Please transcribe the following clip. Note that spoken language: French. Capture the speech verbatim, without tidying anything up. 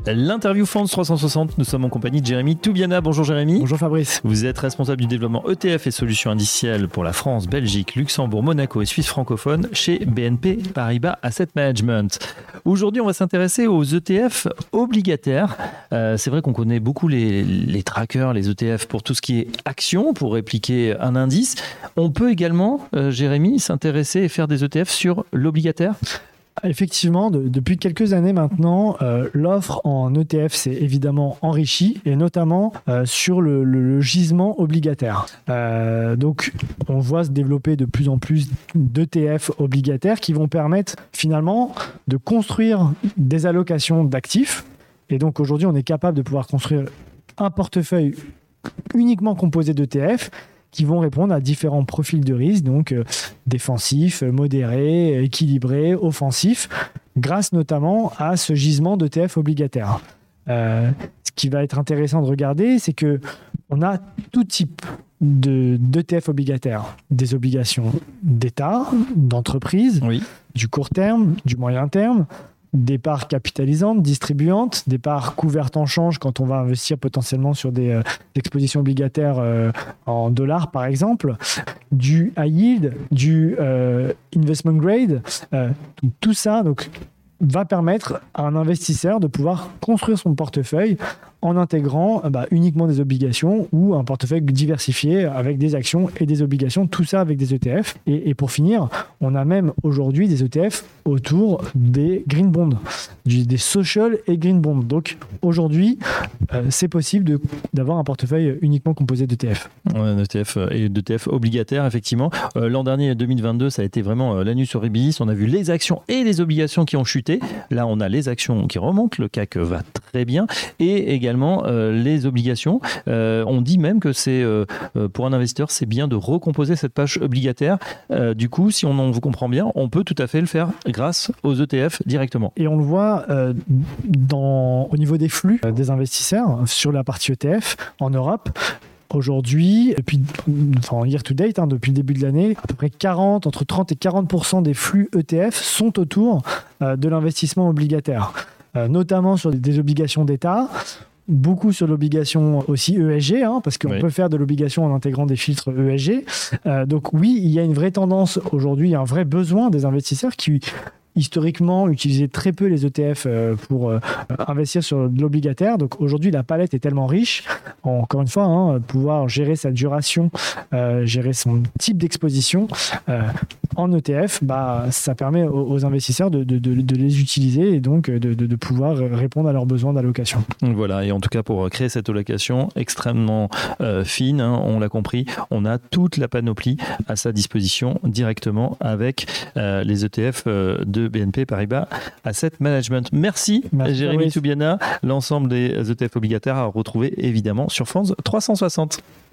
L'interview France trois cent soixante, nous sommes en compagnie de Jérémy Toubiana. Bonjour Jérémy. Bonjour Fabrice. Vous êtes responsable du développement E T F et solutions indicielles pour la France, Belgique, Luxembourg, Monaco et Suisse francophone chez B N P Paribas Asset Management. Aujourd'hui, on va s'intéresser aux E T F obligataires. Euh, c'est vrai qu'on connaît beaucoup les, les trackers, les E T F pour tout ce qui est action, pour répliquer un indice. On peut également, euh, Jérémy, s'intéresser et faire des E T F sur l'obligataire ? Effectivement, de, depuis quelques années maintenant, euh, l'offre en E T F s'est évidemment enrichie, et notamment euh, sur le, le, le gisement obligataire. Euh, donc, on voit se développer de plus en plus d'E T F obligataires qui vont permettre finalement de construire des allocations d'actifs. Et donc, aujourd'hui, on est capable de pouvoir construire un portefeuille uniquement composé d'E T F qui vont répondre à différents profils de risque, donc euh, défensifs, modérés, équilibrés, offensifs, grâce notamment à ce gisement d'E T F obligataire. Euh, ce qui va être intéressant de regarder, c'est que on a tout type de, d'E T F obligataires, des obligations d'État, d'entreprise, oui. du court terme, du moyen terme, des parts capitalisantes, distribuantes, des parts couvertes en change quand on va investir potentiellement sur des euh, expositions obligataires euh, en dollars par exemple, du high yield, du euh, investment grade, euh, tout ça donc, va permettre à un investisseur de pouvoir construire son portefeuille en intégrant bah, uniquement des obligations ou un portefeuille diversifié avec des actions et des obligations, tout ça avec des E T F. Et, et pour finir, on a même aujourd'hui des E T F autour des green bonds, du, des social et green bonds. Donc aujourd'hui, euh, c'est possible de, d'avoir un portefeuille uniquement composé d'E T F. Un E T F et d'E T F obligataires, effectivement. Euh, l'an dernier, deux mille vingt-deux, ça a été vraiment euh, l'anus horribilis. On a vu les actions et les obligations qui ont chuté. Là, on a les actions qui remontent. Le C A C va très bien. Et également, Euh, les obligations. Euh, on dit même que c'est euh, pour un investisseur, c'est bien de recomposer cette page obligataire. Euh, du coup, si on, on vous comprend bien, on peut tout à fait le faire grâce aux E T F directement. Et on le voit euh, dans, au niveau des flux euh, des investisseurs sur la partie E T F en Europe. Aujourd'hui, depuis, enfin year to date, hein, depuis le début de l'année, à peu près quarante, entre trente et quarante pour cent des flux E T F sont autour euh, de l'investissement obligataire, euh, notamment sur des obligations d'État. Beaucoup sur l'obligation aussi E S G, hein, parce qu'on oui. peut faire de l'obligation en intégrant des filtres E S G. Euh, donc oui, il y a une vraie tendance aujourd'hui, un vrai besoin des investisseurs qui historiquement utilisaient très peu les E T F euh, pour euh, investir sur de l'obligataire. Donc aujourd'hui, la palette est tellement riche, encore une fois, hein, pouvoir gérer sa duration, euh, gérer son type d'exposition euh, en E T F, bah, ça permet aux, aux investisseurs de, de, de, de les utiliser et donc de, de, de pouvoir répondre à leurs besoins d'allocation. Voilà, et en tout cas pour créer cette allocation extrêmement euh, fine, hein, on l'a compris, on a toute la panoplie à sa disposition directement avec euh, les E T F euh, de B N P Paribas Asset Management. Merci, Merci Jérémy Toubiana. L'ensemble des E T F obligataires à retrouver évidemment sur France trois cent soixante.